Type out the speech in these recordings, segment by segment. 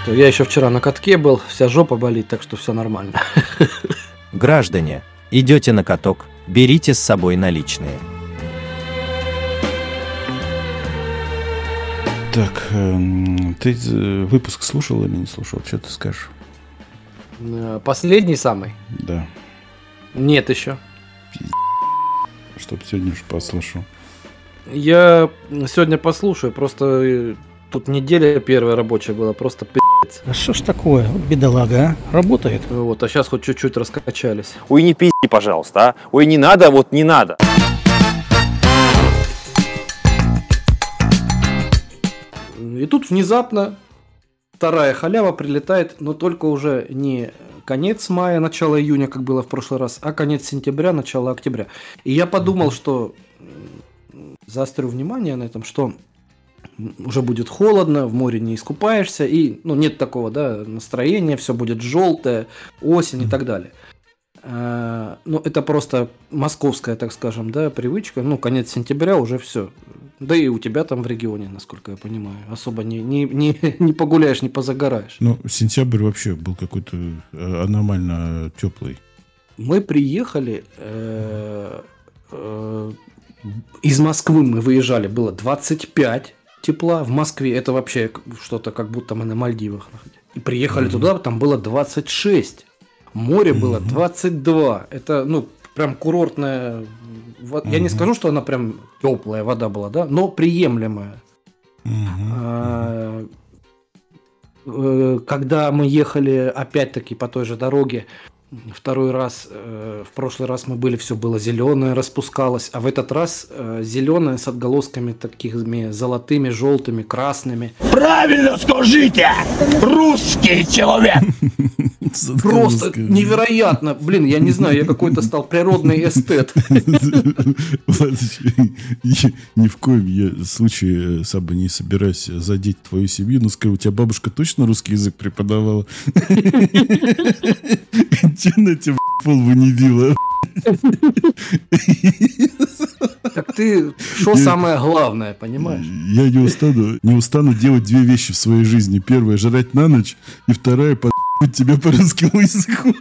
что я еще вчера на катке был, вся жопа болит, так что все нормально. Граждане, идете на каток, берите с собой наличные. Так, ты выпуск слушал или не слушал? Что ты скажешь? Последний самый? Да. Нет еще. Чтоб сегодня уж послушал. Я сегодня послушаю, просто тут неделя первая рабочая была, просто пи***ц. А что ж такое, бедолага, а? Работает. Вот, а сейчас хоть чуть-чуть раскачались. Ой, не пизди, пожалуйста, а? Ой, не надо, вот не надо. И тут внезапно вторая халява прилетает, но только уже не конец мая, начало июня, как было в прошлый раз, а конец сентября, начало октября. И я подумал, что заострю внимание на этом, что уже будет холодно, в море не искупаешься, и нет такого настроения, все будет желтое, осень и так далее. Это просто московская, так скажем, привычка. Конец сентября уже все. Да и у тебя там в регионе, насколько я понимаю, особо не погуляешь, не позагораешь. Сентябрь вообще был какой-то аномально теплый. Мы приехали из Москвы, мы выезжали, было 25 тепла в Москве. Это вообще что-то, как будто мы на Мальдивах. И приехали туда, там было 26. Море было 22. Это, прям курортная. Я не скажу, что она прям теплая вода была, но приемлемая. Когда мы ехали опять-таки по той же дороге, второй раз, в прошлый раз мы были, все было зеленое, распускалось, а в этот раз зеленое с отголосками такими золотыми, желтыми, красными. Правильно скажите, русский человек. Просто невероятно. Блин, я не знаю, я какой-то стал природный эстет. Ни в коем случае, Саба, не собираюсь задеть твою семью, но скажи, у тебя бабушка точно русский язык преподавала? Че на тебя полбу не била? Так ты, что самое главное, понимаешь? Я не устану делать две вещи в своей жизни. Первая — жрать на ночь, и вторая — подъебать тебя по русскому языку.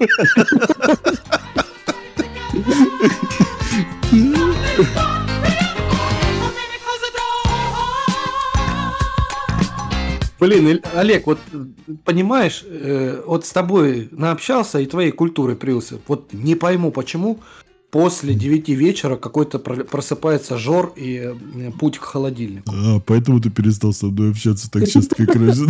Блин, Олег, вот понимаешь, вот с тобой наобщался и твоей культурой привился. Вот не пойму, почему после 9 вечера какой-то просыпается жор и путь к холодильнику. Поэтому ты перестал со мной общаться так часто, как раньше.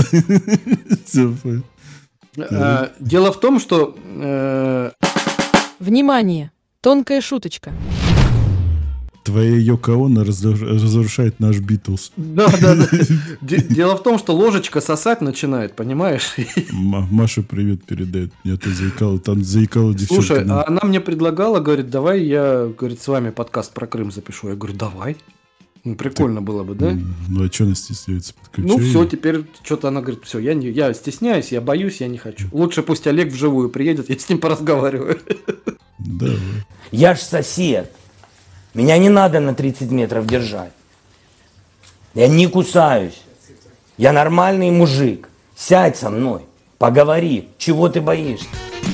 Дело в том, что... Внимание! Тонкая шуточка. Твоя Йоко Оно разрушает наш Битлз. Да. Дело в том, что ложечка сосать начинает, понимаешь? Маша привет передает. Я тут заикала, там заикала девчонка. Слушай, а она мне предлагала, говорит, давай я, говорит, с вами подкаст про Крым запишу. Я говорю, давай. Прикольно было бы, да? Ну, а что она стесняется? Подключай. Все, теперь что-то она говорит, все, я стесняюсь, я боюсь, я не хочу. Лучше пусть Олег вживую приедет, я с ним поразговариваю. Давай. Я ж сосед. Меня не надо на 30 метров держать. Я не кусаюсь. Я нормальный мужик. Сядь со мной, поговори. Чего ты боишься?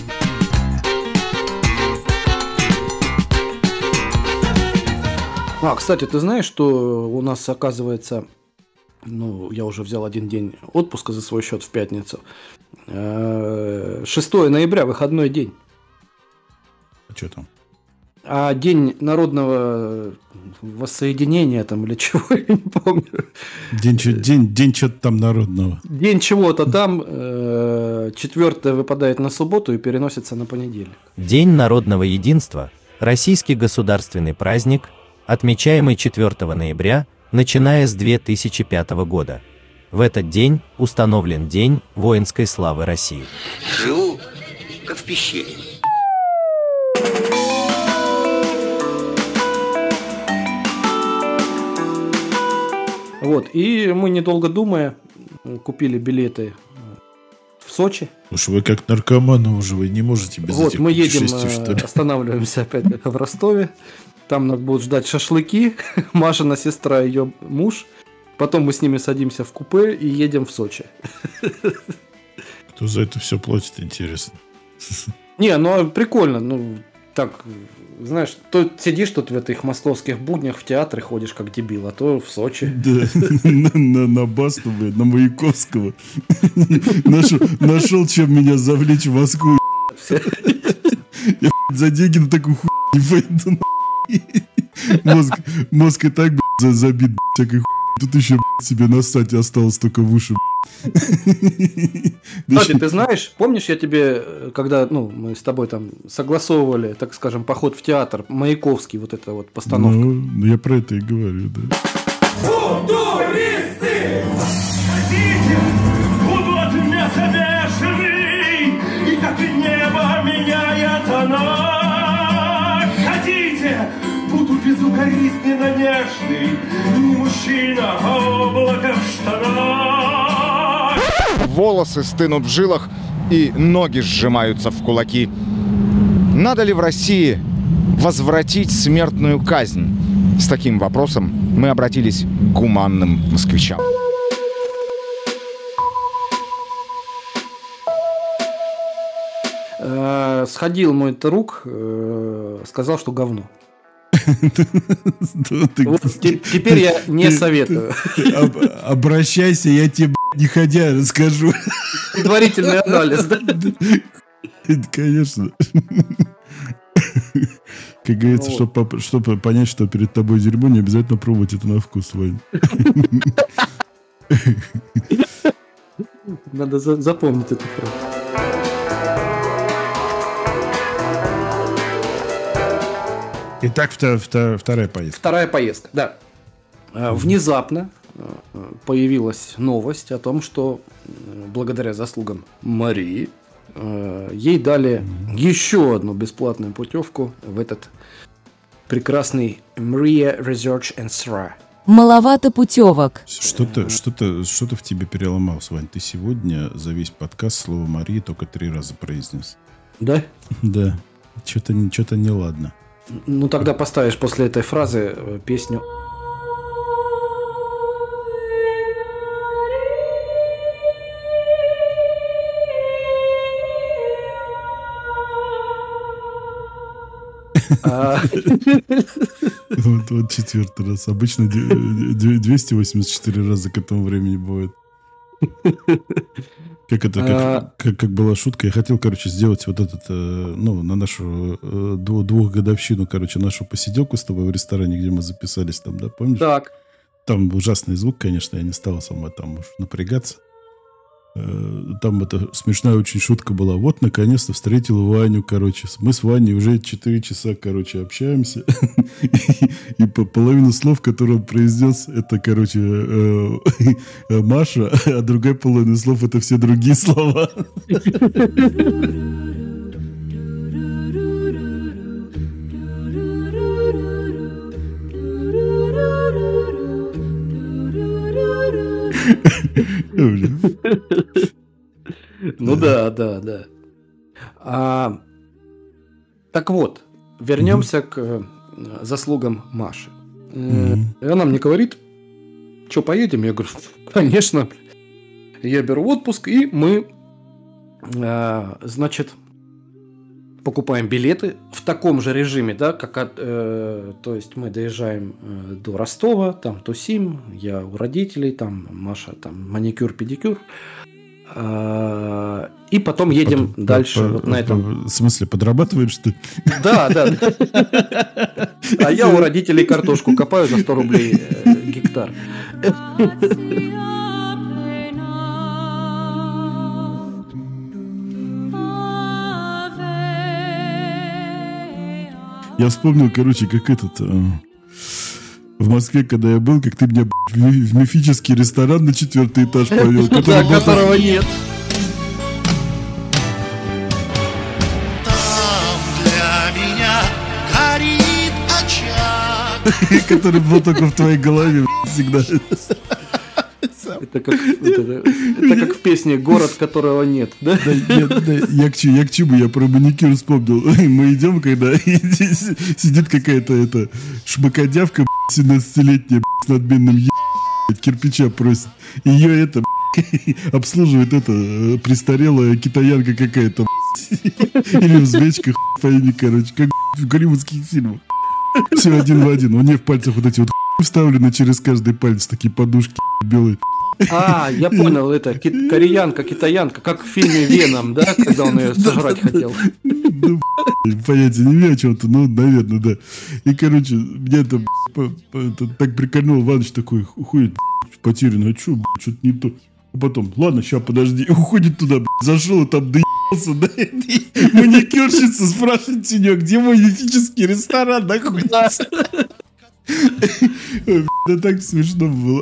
Кстати, ты знаешь, что у нас, оказывается, я уже взял один день отпуска за свой счет в пятницу. 6 ноября, выходной день. А что там? А день народного воссоединения там или чего, я не помню. День чего-то там народного. День чего-то там, 4 выпадает на субботу и переносится на понедельник. День народного единства – российский государственный праздник, отмечаемый 4 ноября, начиная с 2005 года. В этот день установлен День воинской славы России. Живу, как в пещере. Вот, и мы, недолго думая, купили билеты в Сочи. Уж вы как наркоманы уже, вы не можете без этих мы едем, путешествий, что ли? останавливаемся опять в Ростове. Там нас будут ждать шашлыки. Машина сестра, ее муж. Потом мы с ними садимся в купе и едем в Сочи. Кто за это все платит, интересно. Не, ну прикольно, ну так, знаешь, то сидишь тут в этих московских буднях, в театры ходишь как дебил, а то в Сочи. Да, на Басну, блядь, на Маяковского. Нашел, чем меня завлечь в Москву. Я за деньги на такую хуйню не пойду. Мозг и так, блядь, забит, блядь, всякой хуйней. Тут еще, блядь, себе нассать осталось только в уши. Кстати, ты знаешь, помнишь, я тебе, когда, мы с тобой там согласовывали, так скажем, поход в театр, Маяковский, вот эта вот постановка. Ну, я про это и говорю, да. Футуристы! Хотите, буду от мяса бешеный, и как небо меняет она. Хотите, буду безукоризненно нежный, не мужчина, а облако в штанах. Волосы стынут в жилах и ноги сжимаются в кулаки. Надо ли в России возвратить смертную казнь? С таким вопросом мы обратились к гуманным москвичам. Сходил мой друг, сказал, что говно. Вот теперь я не советую. Обращайся, я тебе, не ходя, расскажу. Предварительный анализ, да? Конечно. Как говорится, чтобы понять, что перед тобой дерьмо, не обязательно пробовать это на вкус, Вань. Надо запомнить эту фразу. Итак, вторая поездка. Вторая поездка, да. Внезапно появилась новость о том, что благодаря заслугам Марии ей дали еще одну бесплатную путевку в этот прекрасный Maria Research and Sra. Маловато путевок. Что-то в тебе переломалось, Вань. Ты сегодня за весь подкаст слово Мария только 3 раза произнес. Да? Да. Что-то неладно. Ну тогда поставишь после этой фразы песню. Вот 4-й раз. Обычно 284 раза к этому времени бывает. Как была шутка. Я хотел, сделать вот этот, на нашу 2-годовщину, нашу посиделку с тобой в ресторане, где мы записались там, да, помнишь? Так. Там ужасный звук, конечно, я не стал сам там уж напрягаться. Там это смешная очень шутка была. Вот, наконец-то встретил Ваню, Мы с Ваней уже 4 часа, общаемся. И половину слов, которые он произнес, это, Маша, а другая половина слов, это все другие слова. Ну да. Так вот, вернемся к заслугам Маши. И она мне говорит, что, поедем? Я говорю, конечно. Я беру отпуск, и мы, покупаем билеты в таком же режиме, да, то есть мы доезжаем до Ростова, там тусим, я у родителей, там Маша, там маникюр-педикюр, и потом едем дальше вот на этом. В смысле, подрабатываешь ты? Да. А я у родителей картошку копаю за 100 рублей гектар. Я вспомнил, как в Москве, когда я был, как ты меня в мифический ресторан на 4-й этаж повел, которого нет. Там для меня горит очаг. Который был только в твоей голове всегда. Это как в песне «Город, которого нет», да? Я к чему, я про маникюр вспомнил. Мы идем, когда сидит какая-то шмакодявка 17-летняя с надменным кирпича просит. Ее обслуживает престарелая китаянка какая-то, или узбечка, по имени, короче, как в голливудских фильмах. Все один в один. У нее в пальцах вот эти вот вставлены через каждый палец такие подушки белые. Я понял, это кореянка, китаянка, как в фильме «Веном», да, когда он ее сожрать хотел. Ну, понятия не имею о чем-то, но, наверное, да. И, короче, меня там так прикольнул, Иваныч такой уходит, потерянный, а что-то не то. А потом, ладно, сейчас, подожди, уходит туда, зашел, и там доебался, да, и маникюрщица спрашивает тебя, где мой мифический ресторан находится. Да так смешно было.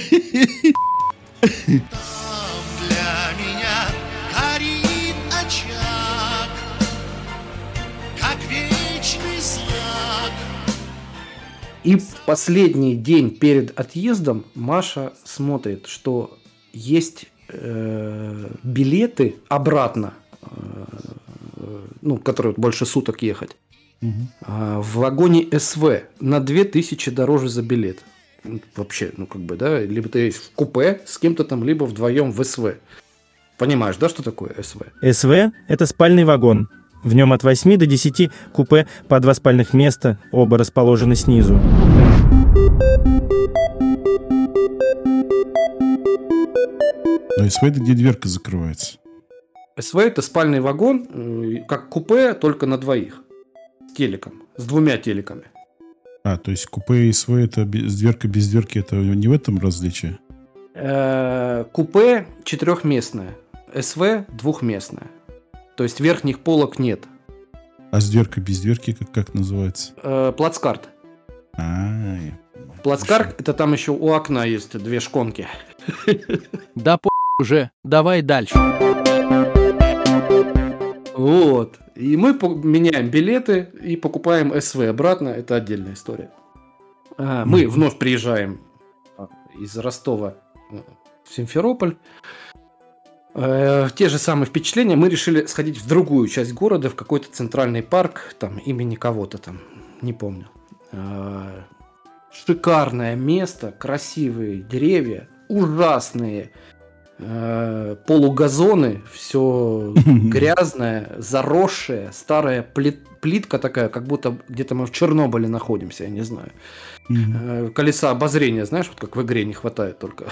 Там для меня горит очаг, как вечный знак. И в последний день перед отъездом Маша смотрит, что есть билеты обратно, которые больше суток ехать, в вагоне СВ на 2000 дороже за билет. Вообще, либо ты есть в купе с кем-то там, либо вдвоем в СВ. Понимаешь, да, что такое СВ? СВ – это спальный вагон. В нем от 8 до 10 купе по 2 спальных места, оба расположены снизу. Но СВ – это где дверка закрывается. СВ – это спальный вагон, как купе, только на двоих. С телеком, с 2 телеками. То есть купе и СВ это с дверкой, без дверки, это не в этом различие? Купе 4-местное, СВ 2-местное. То есть верхних полок нет. А с дверкой, без дверки как называется? Плацкарт. Плацкарт, это там еще у окна есть 2 шконки. Да уже, давай дальше. Вот. И мы меняем билеты и покупаем СВ обратно. Это отдельная история. Мы вновь приезжаем из Ростова в Симферополь. Те же самые впечатления. Мы решили сходить в другую часть города, в какой-то центральный парк, там имени кого-то там, не помню. Шикарное место, красивые деревья, ужасные полугазоны, все грязное, заросшее, старая плитка такая, как будто где-то мы в Чернобыле находимся, я не знаю. Колеса обозрения, знаешь, вот как в игре не хватает только.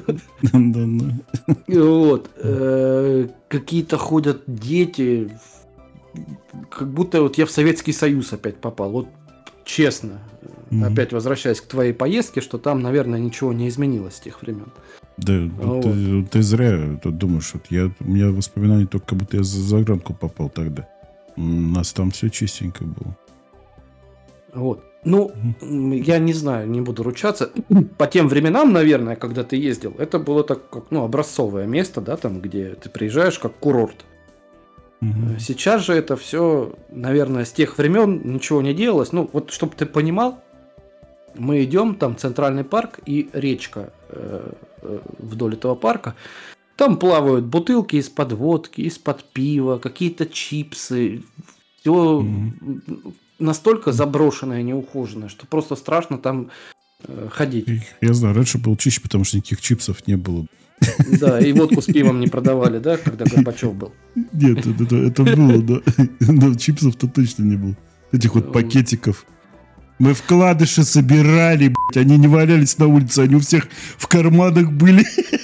Вот. Какие-то ходят дети, как будто вот я в Советский Союз опять попал. Вот честно, опять возвращаясь к твоей поездке, что там, наверное, ничего не изменилось с тех времен. Да, вот. Ты зря тут думаешь. Вот у меня воспоминания только, как будто я за загранку попал тогда. У нас там все чистенько было. Вот. Я не знаю, не буду ручаться. По тем временам, наверное, когда ты ездил, это было так, как, образцовое место, да, там, где ты приезжаешь как курорт. Сейчас же это все, наверное, с тех времен ничего не делалось. Вот, чтобы ты понимал, мы идем, там центральный парк и речка вдоль этого парка. Там плавают бутылки из-под водки, из-под пива, какие-то чипсы. Все настолько заброшенное, неухоженное, что просто страшно там ходить. Я знаю, раньше был чище, потому что никаких чипсов не было. Да, и водку с пивом не продавали, да, когда Горбачев был? Нет, это было, да. Но чипсов-то точно не было. Этих вот пакетиков. Мы вкладыши собирали, блядь, они не валялись на улице, они у всех в карманах были.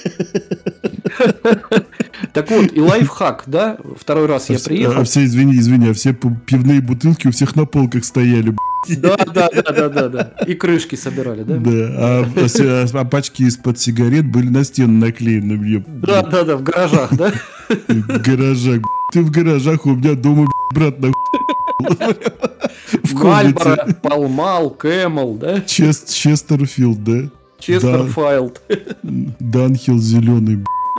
Так вот, и лайфхак, да? Второй раз я приехал. Извини, а все пивные бутылки у всех на полках стояли, блядь. Да. И крышки собирали, да? Да, а пачки из-под сигарет были на стену наклеены. Да, в гаражах, да? В гаражах. Ты в гаражах, у меня дома, брат, нахуй. Мальборо, Палмал, Кэмел, да? Честерфилд, да? Честерфайлд. Данхилл зеленый.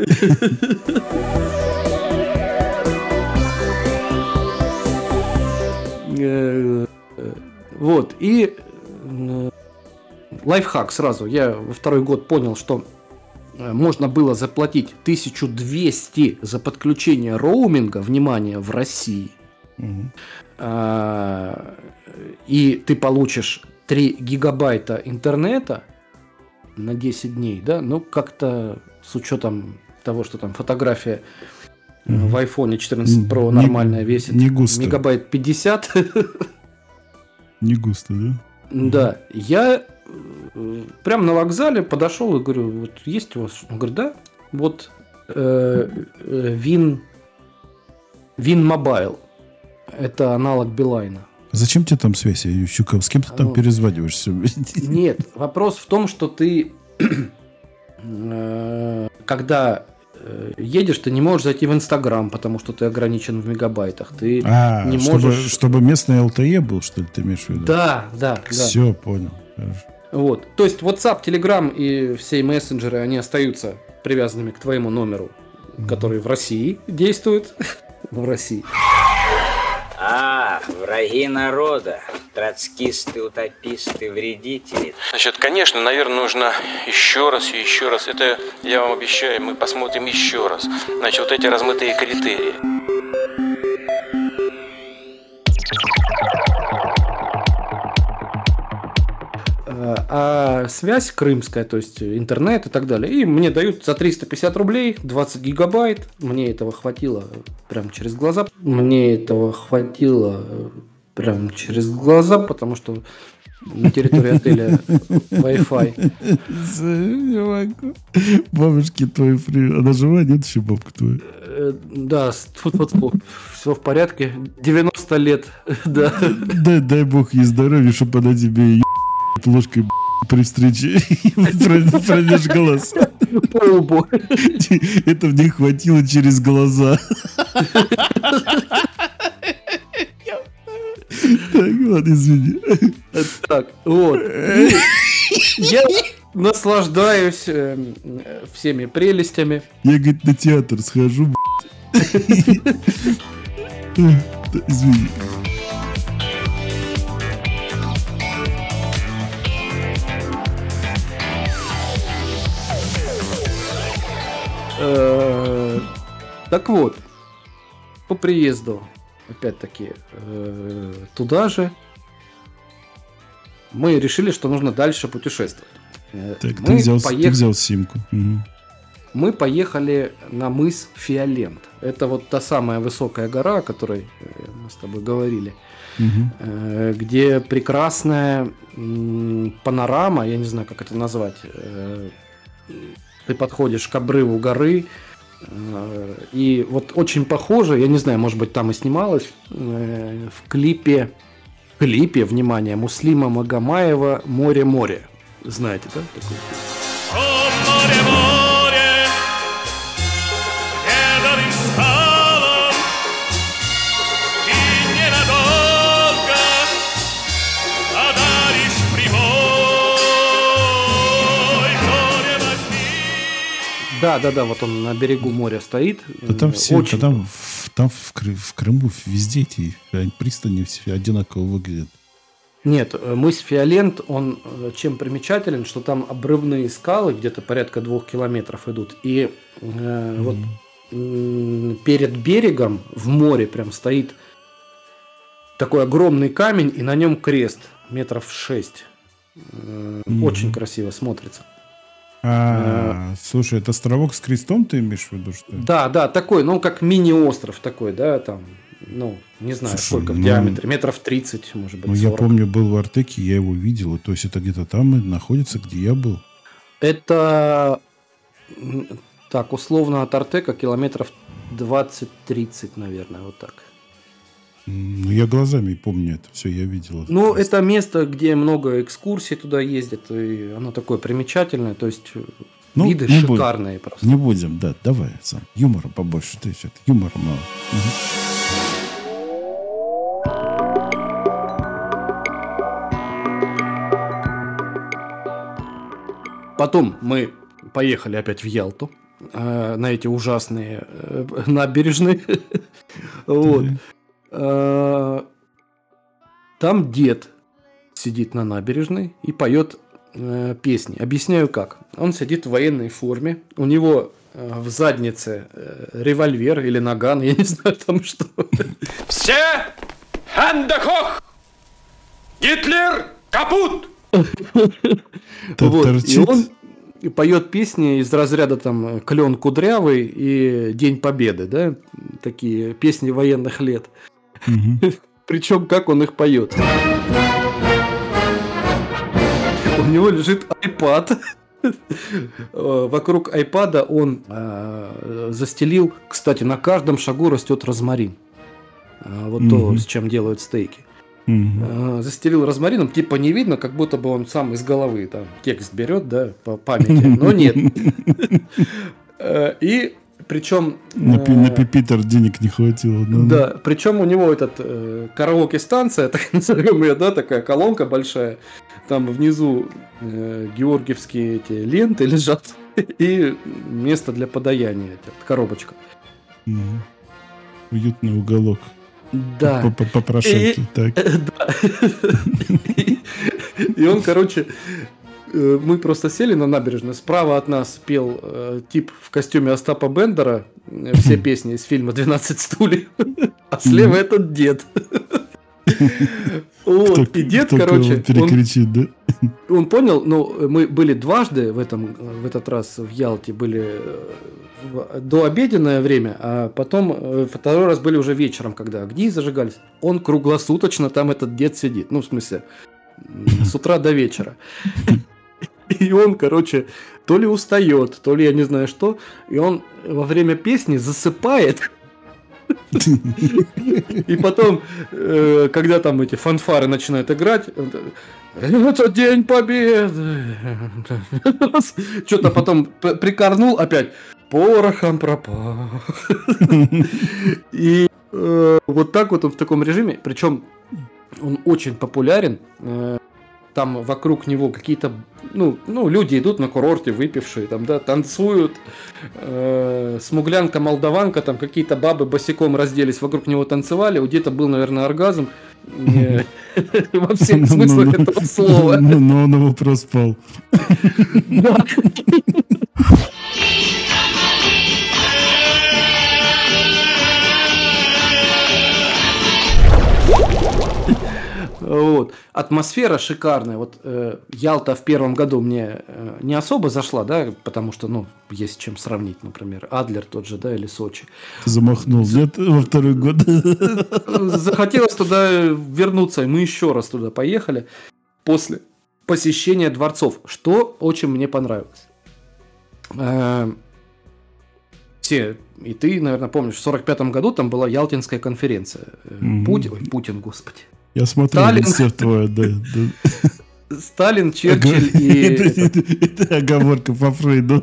Вот, и лайфхак сразу. Я во второй год понял, что можно было заплатить 1200 за подключение роуминга, внимание, в России. И ты получишь 3 гигабайта интернета на 10 дней, да, как-то с учетом того, что там фотография в iPhone 14 Pro нормальная весит не густо. мегабайт 50. Не густо, да? Да, я прям на вокзале подошел и говорю, вот есть у вас? Он говорит, да, вот Win Mobile. Это аналог Билайна. Зачем тебе там связь? С кем ты там перезваниваешься? Нет, вопрос в том, что ты когда едешь, ты не можешь зайти в Инстаграм, потому что ты ограничен в мегабайтах. Ты не можешь... Чтобы местный LTE был, что ли, ты имеешь в виду? Да. Все, понял. Вот. То есть WhatsApp, Telegram и все мессенджеры, они остаются привязанными к твоему номеру, который в России действует. В России. Враги народа, троцкисты, утописты, вредители. Значит, конечно, наверное, нужно еще раз и еще раз. Это я вам обещаю, мы посмотрим еще раз. Значит, вот эти размытые критерии. А связь крымская, то есть интернет и так далее. И мне дают за 350 рублей 20 гигабайт. Мне этого хватило прям через глаза. Потому что на территории отеля Wi-Fi. Бабушки твои привет. Она жива, нет еще бабка твоя? Да, все в порядке. 90 лет, да. Дай бог ей здоровья, чтобы она тебе ложкой при встрече пронешь глаз. Это мне хватило через глаза. Так, ладно, извини. Так, вот. Я наслаждаюсь всеми прелестями. Я, говорит, на театр схожу, извини. Так вот, по приезду, опять-таки, туда же, мы решили, что нужно дальше путешествовать. Так, ты взял симку. Угу. Мы поехали на мыс Фиолент. Это вот та самая высокая гора, о которой мы с тобой говорили, где прекрасная панорама, я не знаю, как это назвать. Ты подходишь к обрыву горы, и вот очень похоже, я не знаю, может быть, там и снималось, в клипе, внимание, Муслима Магомаева «Море-море». Знаете, да? Такой? Да, вот он на берегу моря стоит. Да там все, очень... там в Крыму везде эти пристани все одинаково выглядят. Нет, мыс Фиолент, он чем примечателен, что там обрывные скалы где-то порядка 2 километров идут. И вот перед берегом в море прям стоит такой огромный камень, и на нем крест метров 6. Очень красиво смотрится. Слушай, это островок с крестом ты имеешь в виду, что ли? Да, такой, как мини-остров такой, да, там, не знаю, сколько в диаметре, метров 30, может быть, 40. Я помню, был в Артеке, я его видел, то есть это где-то там и находится, где я был? Это, так, условно от Артека километров 20-30, наверное, вот так. Я глазами помню это, все, я видел. Это место, где много экскурсий туда ездят, и оно такое примечательное, то есть виды шикарные просто. Не будем, да, давай, сам, юмора побольше, ты что-то, юмора мало. Потом мы поехали опять в Ялту, на эти ужасные набережные, вот. Там дед сидит на набережной и поет песни. Объясняю как. Он сидит в военной форме, у него в заднице револьвер или наган, я не знаю там что. Все! Хандахох! Гитлер! Капут! Вот. поет песни из разряда там «Клен кудрявый» и «День Победы», да, такие песни военных лет. Причем как он их поет. У него лежит iPad. Вокруг iPad он застелил, кстати, на каждом шагу растет розмарин. Вот то, с чем делают стейки. Застелил розмарином, типа не видно, как будто бы он сам из головы там текст берет, да, по памяти, но нет. И причем... На пипитер денег не хватило. Да, причем у него караоке-станция, так называемая, да, такая колонка большая, там внизу георгиевские эти ленты лежат, и место для подаяния, коробочка. Уютный уголок. Да. Попрошайки, так. Да. И он, короче, мы просто сели на набережную, справа от нас пел тип в костюме Остапа Бендера все песни из фильма «12 стульев», а слева этот дед. Вот, и дед, короче, перекричит, да? Он понял, ну, мы были дважды в этот раз в Ялте, были до обеденное время, а потом второй раз были уже вечером, когда огни зажигались. Он круглосуточно там, этот дед, сидит, ну, в смысле, с утра до вечера. И он, короче, то ли устает, то ли я не знаю что, и он во время песни засыпает. И потом, когда там эти фанфары начинают играть, это День Победы. Что-то потом прикорнул опять, порохом пропал. И вот так вот он в таком режиме, причем он очень популярен. Там вокруг него какие-то, ну, люди идут на курорте, выпившие, там, да, танцуют. Смуглянка, молдаванка, там какие-то бабы босиком разделись, вокруг него танцевали. У деда был, наверное, оргазм во всех смыслах этого слова. Но он его проспал. Вот. Атмосфера шикарная. Вот Ялта в первом году мне не особо зашла, да, потому что, ну, есть с чем сравнить, например, Адлер тот же, да, или Сочи. Замахнул, нет, во второй год. Захотелось туда вернуться, и мы еще раз туда поехали после посещения дворцов, что очень мне понравилось. Все, и ты, наверное, помнишь, в 1945 году там была Ялтинская конференция. Путин, господи. Я смотрел все твое, да. Сталин, Черчилль и... Это оговорка по Фрейду.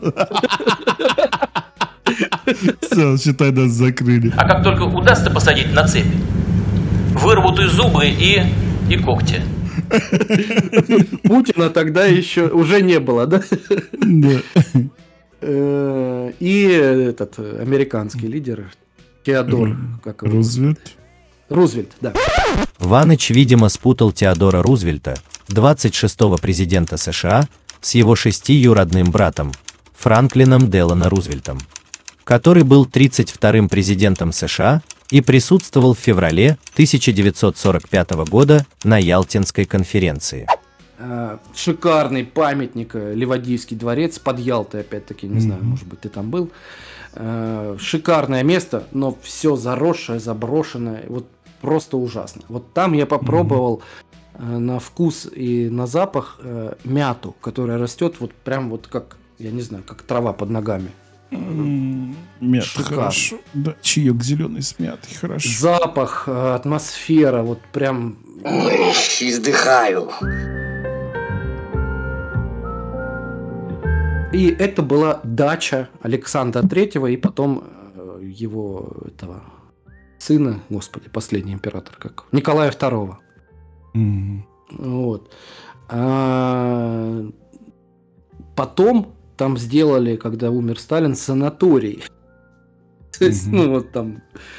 Все, считай, нас закрыли. А как только удастся посадить на цепь, вырвут и зубы, и когти. Путина тогда еще уже не было, да? Да. И этот американский лидер Теодор. Рузвельт, да. Ваныч, видимо, спутал Теодора Рузвельта, 26-го президента США, с его 6-юродным братом, Франклином Делано Рузвельтом, который был 32-м президентом США и присутствовал в феврале 1945 года на Ялтинской конференции. Шикарный памятник, Ливадийский дворец под Ялтой, опять-таки, не знаю, может быть, ты там был. Шикарное место, но все заросшее, заброшенное, вот просто ужасно. Вот там я попробовал на вкус и на запах мяту, которая растет вот прям вот как, я не знаю, как трава под ногами. Мята, хорошо. Да, чаек зеленый с мятой, хорошо. Запах, атмосфера, вот прям... Ой, издыхаю. И это была дача Александра III и потом его этого сына, господи, последний император, как Николая II. Вот. Потом там сделали, когда умер Сталин, санаторий. То есть, ну вот там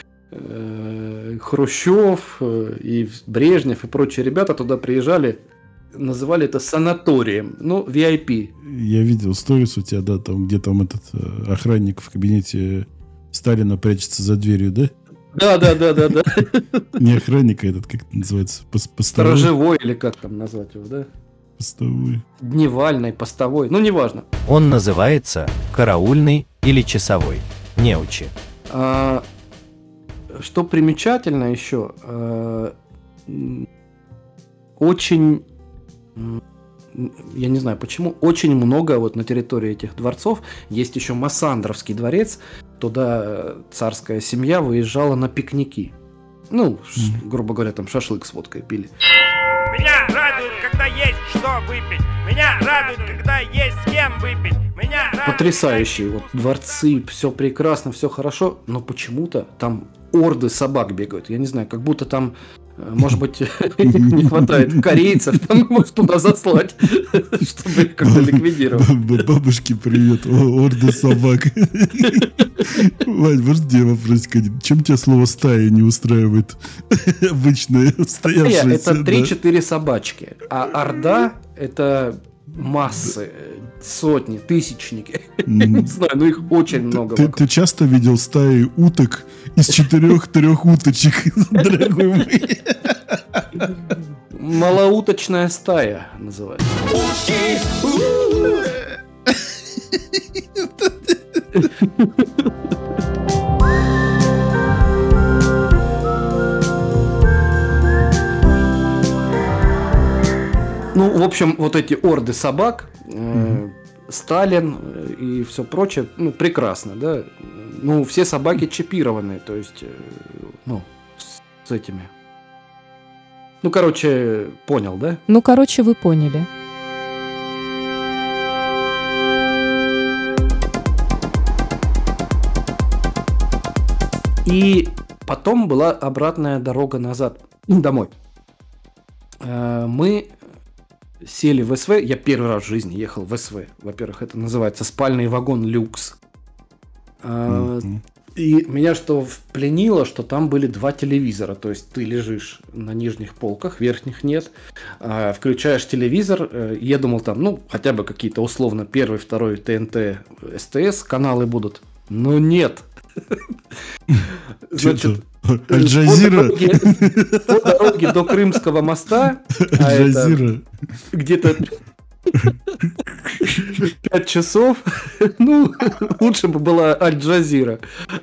Хрущев и Брежнев и прочие ребята туда приезжали, называли это санаторием, ну, VIP. Я видел сторис у тебя, да, там, где там этот охранник в кабинете Сталина прячется за дверью, да? Да. Не охранник, а этот, как это называется? Сторожевой или как там назвать его, да? Постовой. Дневальной, постовой, ну неважно. Он называется караульный или часовой. Неучи. Что примечательно еще, очень, я не знаю почему, очень много вот на территории этих дворцов есть еще Массандровский дворец, туда царская семья выезжала на пикники. Ну, грубо говоря, там шашлык с водкой пили. Меня радует, когда есть что выпить. Меня радует, когда есть с кем выпить. Меня радует... Потрясающие вот дворцы, все прекрасно, все хорошо, но почему-то там орды собак бегают. Я не знаю, как будто там, может быть, не хватает корейцев, там может туда заслать, чтобы их как-то ликвидировать. Бабушке привет, орды собак. Вань, может, тебе вопросик один? Чем тебя слово стая не устраивает? Обычные стоявшиеся. Это 3-4 собачки, а орда это массы, сотни, тысячники. Не знаю, но их очень много. Ты часто видел стаи уток из 4 уточек, дорогой мой? Малоуточная стая называется. Ну, в общем, вот эти орды собак, Сталин и все прочее, ну, прекрасно, да. Ну, все собаки чипированы, то есть, ну, с этими. Ну, короче, понял, да? Ну, короче, вы поняли. И потом была обратная дорога назад, домой. Мы сели в СВ, я первый раз в жизни ехал в СВ. Во-первых, это называется спальный вагон люкс. И меня что пленило, что там были 2 телевизора. То есть ты лежишь на нижних полках, верхних нет. Включаешь телевизор, я думал там, ну, хотя бы какие-то условно 1, 2 ТНТ, СТС каналы будут. Но нет. Значит, Аль-Джазира? По дороге до Крымского моста, где-то 5 часов, ну, лучше бы была Аль-Джазира.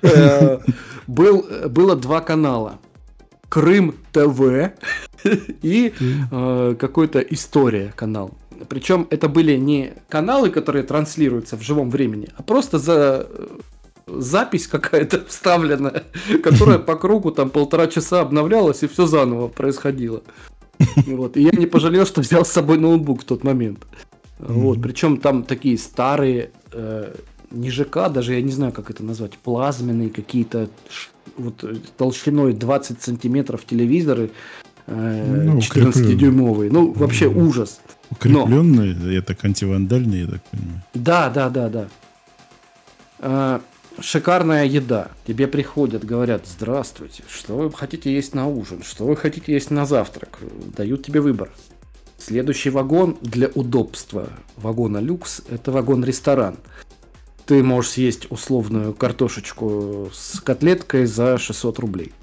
Было 2 канала. Крым ТВ и какой-то История канал. Причем это были не каналы, которые транслируются в живом времени, а просто запись какая-то вставленная, которая по кругу там 1,5 часа обновлялась, и все заново происходило. Вот. И я не пожалел, что взял с собой ноутбук в тот момент. Вот. Причем там такие старые, не ЖК, даже я не знаю, как это назвать, плазменные какие-то, вот, толщиной 20 сантиметров телевизоры, 14-дюймовые. Ну, вообще ужас. Укрепленные, это антивандальные, я так понимаю. Да. Шикарная еда. Тебе приходят, говорят: здравствуйте, что вы хотите есть на ужин, что вы хотите есть на завтрак. Дают тебе выбор. Следующий вагон для удобства вагона люкс — это вагон-ресторан. Ты можешь съесть условную картошечку с котлеткой за 600 рублей.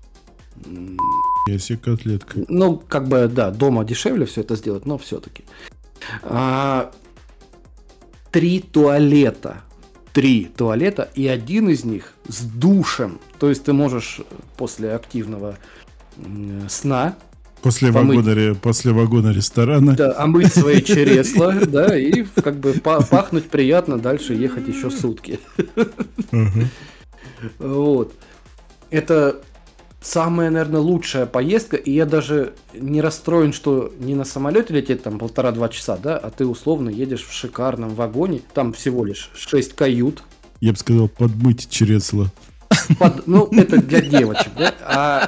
Я себе котлетка. Ну, как бы, да, дома дешевле все это сделать, но все-таки. 3 туалета. 3 туалета, и один из них с душем. То есть ты можешь после активного сна После вагона ресторана. Да, омыть свои чересла, да, и как бы пахнуть приятно, дальше ехать еще сутки. Вот. Это самая, наверное, лучшая поездка, и я даже не расстроен, что не на самолете лететь там 1,5-2 часа, да, а ты условно едешь в шикарном вагоне, там всего лишь 6 кают. Я бы сказал, подмыть чересла. Ну, это для девочек, да?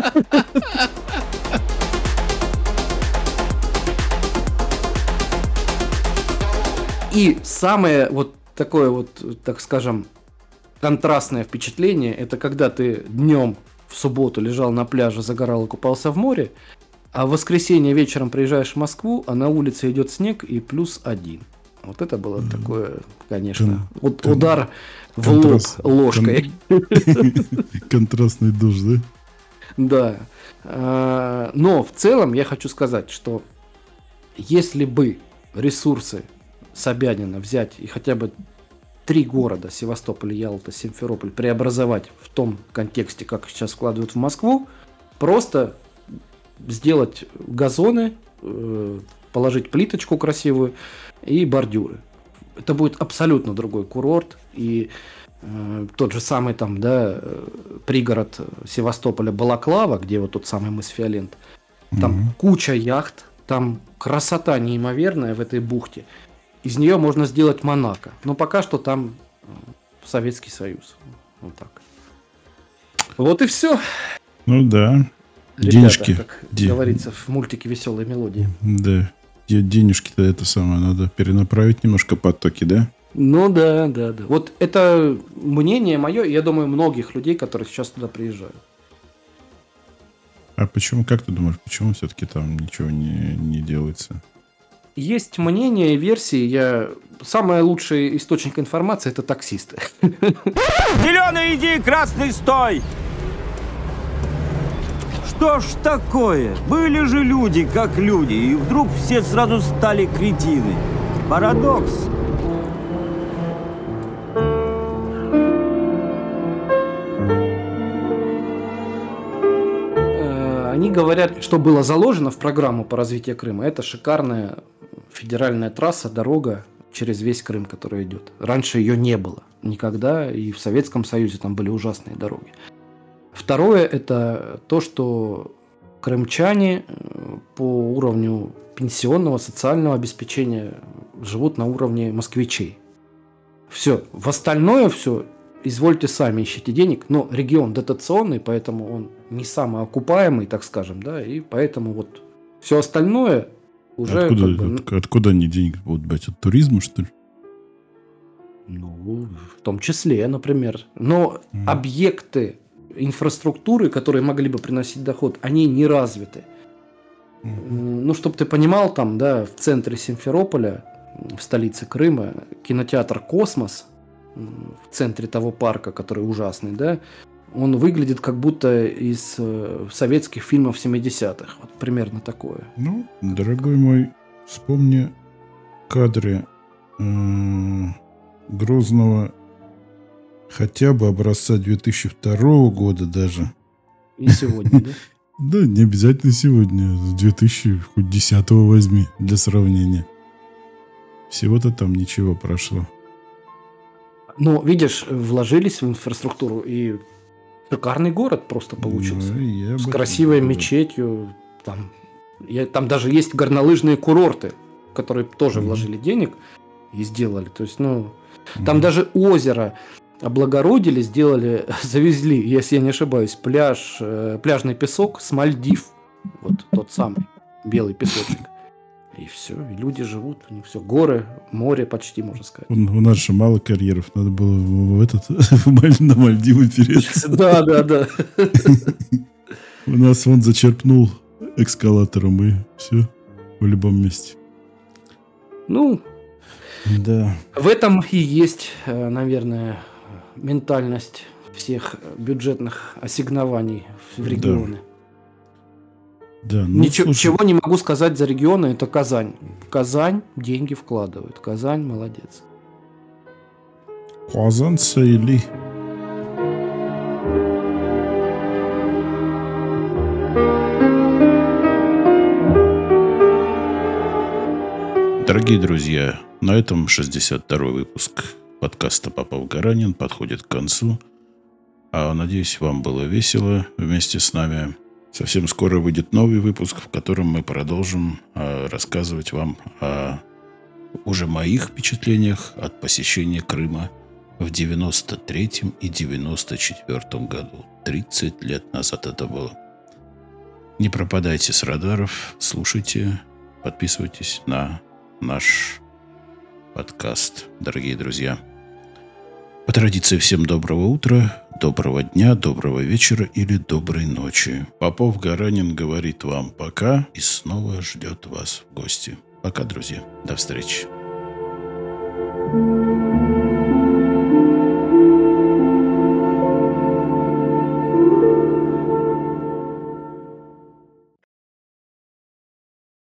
И самое вот такое вот, так скажем, контрастное впечатление, это когда ты днем в субботу лежал на пляже, загорал и купался в море, а в воскресенье вечером приезжаешь в Москву, а на улице идет снег и +1. Вот это было такое, конечно, удар в лоб ложкой. Контрастный душ, да? Да. Но в целом я хочу сказать, что если бы ресурсы Собянина взять и хотя бы 3 города, Севастополь, Ялта, Симферополь, преобразовать в том контексте, как сейчас вкладывают в Москву, просто сделать газоны, положить плиточку красивую и бордюры. Это будет абсолютно другой курорт, и тот же самый там, да, пригород Севастополя Балаклава, где вот тот самый мыс Фиолент, там куча яхт, там красота неимоверная в этой бухте. Из нее можно сделать Монако, но пока что там Советский Союз. Вот так. Вот и все. Ну да. Ребята, денежки. Как говорится в мультике «Веселые мелодии». Да. Денежки-то это самое надо перенаправить немножко потоки, да? Ну да. Вот это мнение мое, и я думаю, многих людей, которые сейчас туда приезжают. А почему, как ты думаешь, почему все-таки там ничего не делается? Есть мнение и версии. Самый лучший источник информации — это таксисты. Зеленый иди, красный стой! Что ж такое? Были же люди как люди, и вдруг все сразу стали кретины. Парадокс. Они говорят, что было заложено в программу по развитию Крыма. Это шикарная федеральная трасса, дорога через весь Крым, которая идет. Раньше ее не было никогда, и в Советском Союзе там были ужасные дороги. Второе – это то, что крымчане по уровню пенсионного, социального обеспечения живут на уровне москвичей. Все. В остальное все, извольте сами, ищите денег. Но регион дотационный, поэтому он не самый окупаемый, так скажем, да, и поэтому вот все остальное уже... Откуда они деньги будут брать? От туризма, что ли? Ну, в том числе, например. Но объекты инфраструктуры, которые могли бы приносить доход, они не развиты. Ну, чтобы ты понимал, там, да, в центре Симферополя, в столице Крыма, кинотеатр «Космос», в центре того парка, который ужасный, да, он выглядит как будто из советских фильмов 70-х. Вот примерно такое. Ну, дорогой мой, вспомни кадры Грозного хотя бы образца 2002 года даже. И сегодня, да? Да, не обязательно сегодня. 2010 возьми для сравнения. Всего-то там ничего прошло. Ну, видишь, вложились в инфраструктуру, и шикарный город просто получился. С красивой мечетью. Там даже есть горнолыжные курорты, которые тоже вложили денег и сделали. То есть, там даже озеро облагородили, сделали, завезли, если я не ошибаюсь, пляжный песок с Мальдив. Вот тот самый белый песочек. И все, и люди живут, у них все, горы, море почти, можно сказать. У нас же мало карьеров, надо было на Мальдивы переться. Да. У нас он зачерпнул экскалатором, и все, в любом месте. Ну, да. В этом и есть, наверное, ментальность всех бюджетных ассигнований в регионы. Да, Ничего не могу сказать за регионы, это Казань. Казань деньги вкладывает. Казань молодец. Казань или... Дорогие друзья, на этом 62-й выпуск подкаста «Попов-Гаранин» подходит к концу. Надеюсь, вам было весело вместе с нами. Совсем скоро выйдет новый выпуск, в котором мы продолжим рассказывать вам о уже моих впечатлениях от посещения Крыма в 93-м и 94-м году. 30 лет назад это было. Не пропадайте с радаров, слушайте, подписывайтесь на наш подкаст, дорогие друзья. По традиции всем доброго утра, доброго дня, доброго вечера или доброй ночи. Попов-Гаранин говорит вам пока и снова ждет вас в гости. Пока, друзья. До встречи.